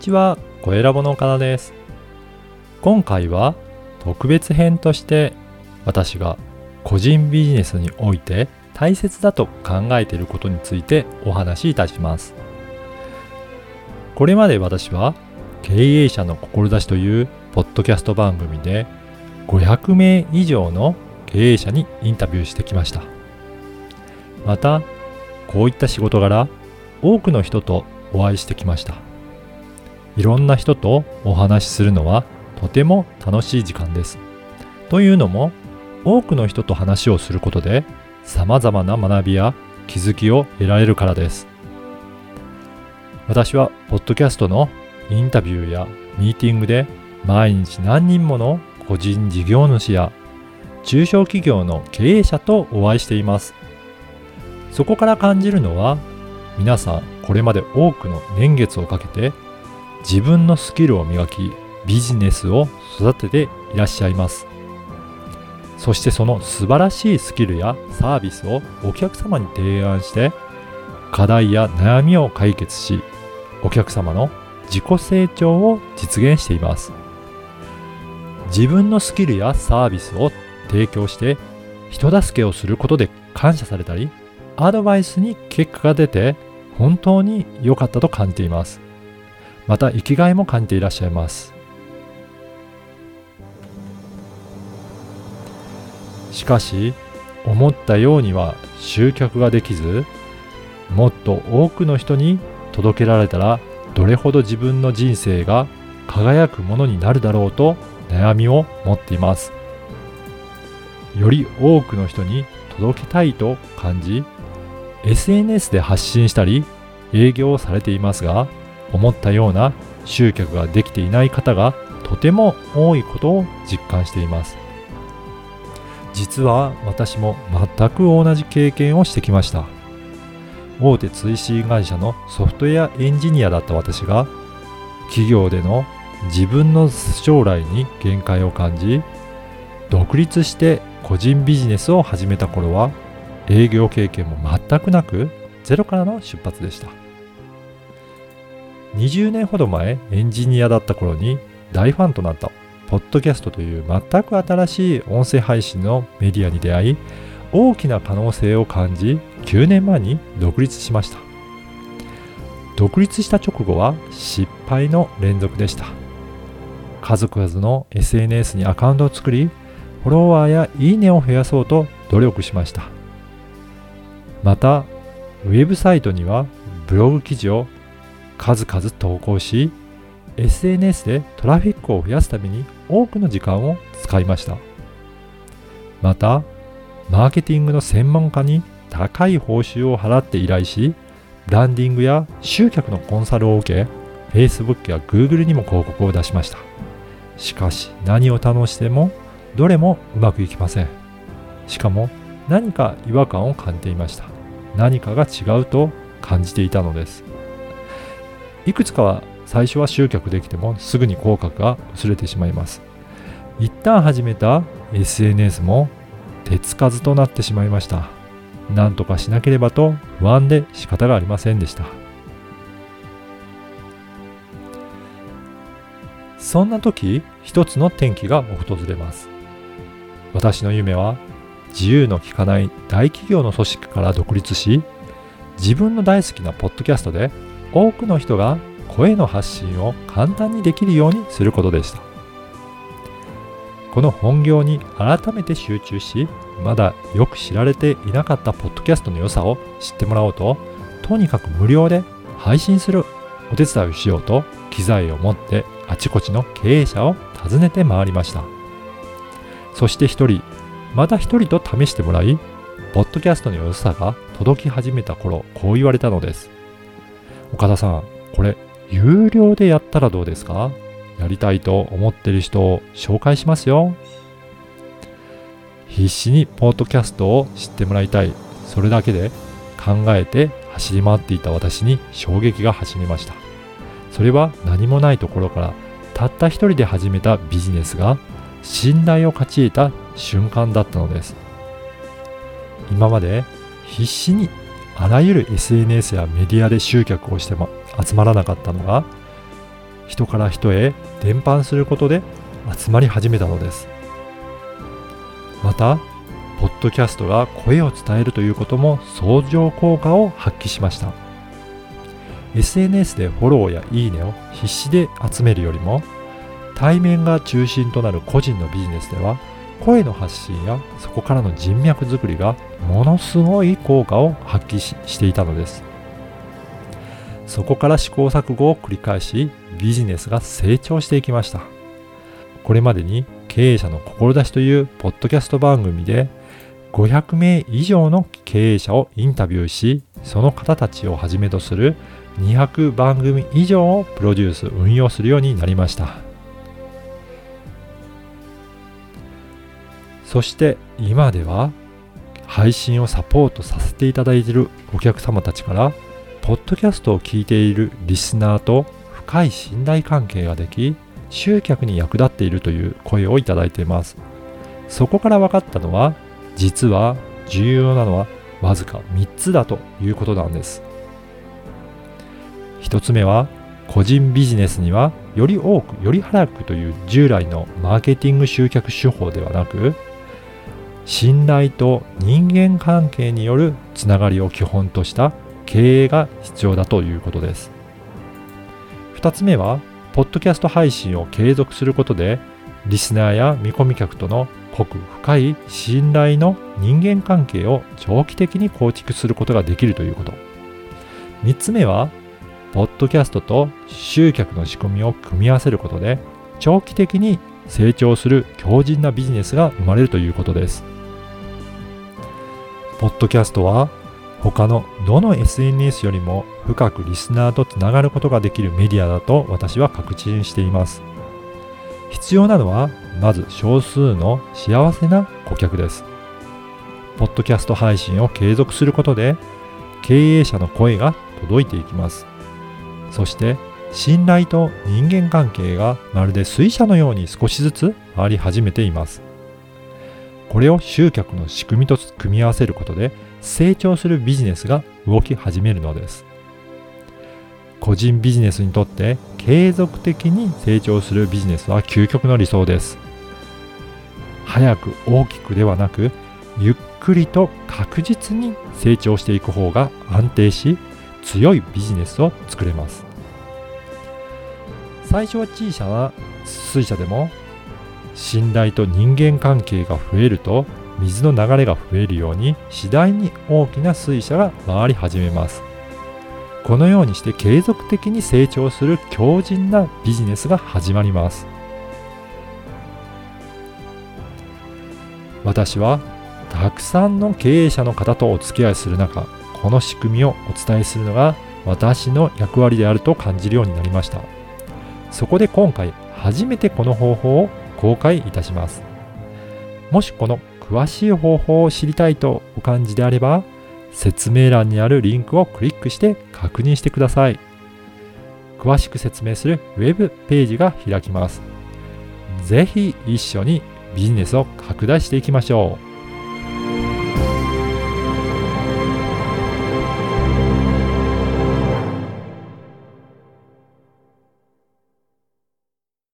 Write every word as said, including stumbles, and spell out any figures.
ちは、声ラボの岡田です。今回は特別編として私が個人ビジネスにおいて大切だと考えていることについてお話しいたします。これまで私は経営者の志というポッドキャスト番組でごひゃくめい以上の経営者にインタビューしてきました。またこういった仕事柄多くの人とお会いしてきました。いろんな人とお話しするのはとても楽しい時間です。というのも多くの人と話をすることで様々な学びや気づきを得られるからです。私はポッドキャストのインタビューやミーティングで毎日何人もの個人事業主や中小企業の経営者とお会いしています。そこから感じるのは、皆さんこれまで多くの年月をかけて自分のスキルを磨き、ビジネスを育てていらっしゃいます。そしてその素晴らしいスキルやサービスをお客様に提案して、課題や悩みを解決し、お客様の自己成長を実現しています。自分のスキルやサービスを提供して人助けをすることで感謝されたり、アドバイスに結果が出て本当に良かったと感じています。また生きがいも感じていらっしゃいます。しかし思ったようには集客ができず、もっと多くの人に届けられたらどれほど自分の人生が輝くものになるだろうと悩みを持っています。より多くの人に届けたいと感じ、エスエヌエス で発信したり営業をされていますが、思ったような集客ができていない方がとても多いことを実感しています。実は私も全く同じ経験をしてきました。大手通信会社のソフトウェアエンジニアだった私が、企業での自分の将来に限界を感じ、独立して個人ビジネスを始めた頃は、営業経験も全くなく、ゼロからの出発でした。にじゅうねんほど前、エンジニアだった頃に大ファンとなったポッドキャストという全く新しい音声配信のメディアに出会い、大きな可能性を感じ、きゅうねんまえに独立しました。独立した直後は失敗の連続でした。数々の エスエヌエス にアカウントを作り、フォロワーやいいねを増やそうと努力しました。また、ウェブサイトにはブログ記事を数々投稿し、エスエヌエス でトラフィックを増やすために多くの時間を使いました。また、マーケティングの専門家に高い報酬を払って依頼し、ブランディングや集客のコンサルを受け、Facebook や Google にも広告を出しました。しかし何を試してもどれもうまくいきません。しかも何か違和感を感じていました。何かが違うと感じていたのです。いくつかは最初は集客できてもすぐに効果が薄れてしまいます。一旦始めた エスエヌエス も手つかずとなってしまいました。何とかしなければと不安で仕方がありませんでした。そんな時、一つの転機が訪れます。私の夢は自由の利かない大企業の組織から独立し、自分の大好きなポッドキャストで多くの人が声の発信を簡単にできるようにすることでした。この本業に改めて集中し、まだよく知られていなかったポッドキャストの良さを知ってもらおうと、とにかく無料で配信するお手伝いをしようと、機材を持ってあちこちの経営者を訪ねて回りました。そして一人、また一人と試してもらい、ポッドキャストの良さが届き始めた頃、こう言われたのです。岡田さん、これ有料でやったらどうですか？やりたいと思っている人を紹介しますよ。必死にポッドキャストを知ってもらいたい。それだけで考えて走り回っていた私に衝撃が走りました。それは何もないところからたった一人で始めたビジネスが信頼を勝ち得た瞬間だったのです。今まで必死にあらゆる エスエヌエス やメディアで集客をしても集まらなかったのが、 人から人へ伝播することで集まり始めたのです。また、ポッドキャストが声を伝えるということも相乗効果を発揮しました。エスエヌエス でフォローやいいねを必死で集めるよりも、対面が中心となる個人のビジネスでは、声の発信やそこからの人脈作りがものすごい効果を発揮 し, していたのです。そこから試行錯誤を繰り返し、ビジネスが成長していきました。これまでに経営者の志というポッドキャスト番組でごひゃくめい以上の経営者をインタビューし、その方たちをはじめとするにひゃくばんぐみ以上をプロデュース・運用するようになりました。そして今では配信をサポートさせていただいているお客様たちから、ポッドキャストを聞いているリスナーと深い信頼関係ができ、集客に役立っているという声をいただいています。そこから分かったのは、実は重要なのはわずかみっつだということなんです。ひとつめは、個人ビジネスにはより多くより早くという従来のマーケティング集客手法ではなく、信頼と人間関係によるつながりを基本とした経営が必要だということです。ふたつめは、ポッドキャスト配信を継続することで、リスナーや見込み客との濃く深い信頼の人間関係を長期的に構築することができるということ。みっつめは、ポッドキャストと集客の仕組みを組み合わせることで、長期的に成長する強靭なビジネスが生まれるということです。ポッドキャストは、他のどの エスエヌエス よりも深くリスナーとつながることができるメディアだと私は確信しています。必要なのは、まず少数の幸せな顧客です。ポッドキャスト配信を継続することで、経営者の声が届いていきます。そして、信頼と人間関係がまるで水車のように少しずつ回り始めています。これを集客の仕組みと組み合わせることで、成長するビジネスが動き始めるのです。個人ビジネスにとって継続的に成長するビジネスは究極の理想です。早く大きくではなく、ゆっくりと確実に成長していく方が安定し、強いビジネスを作れます。最初は小さな水車でも、信頼と人間関係が増えると水の流れが増えるように、次第に大きな水車が回り始めます。このようにして継続的に成長する強靭なビジネスが始まります。私はたくさんの経営者の方とお付き合いする中、この仕組みをお伝えするのが私の役割であると感じるようになりました。そこで今回初めてこの方法を公開いたします。もしこの詳しい方法を知りたいとお感じであれば、説明欄にあるリンクをクリックして確認してください。詳しく説明するウェブページが開きます。ぜひ一緒にビジネスを拡大していきましょう。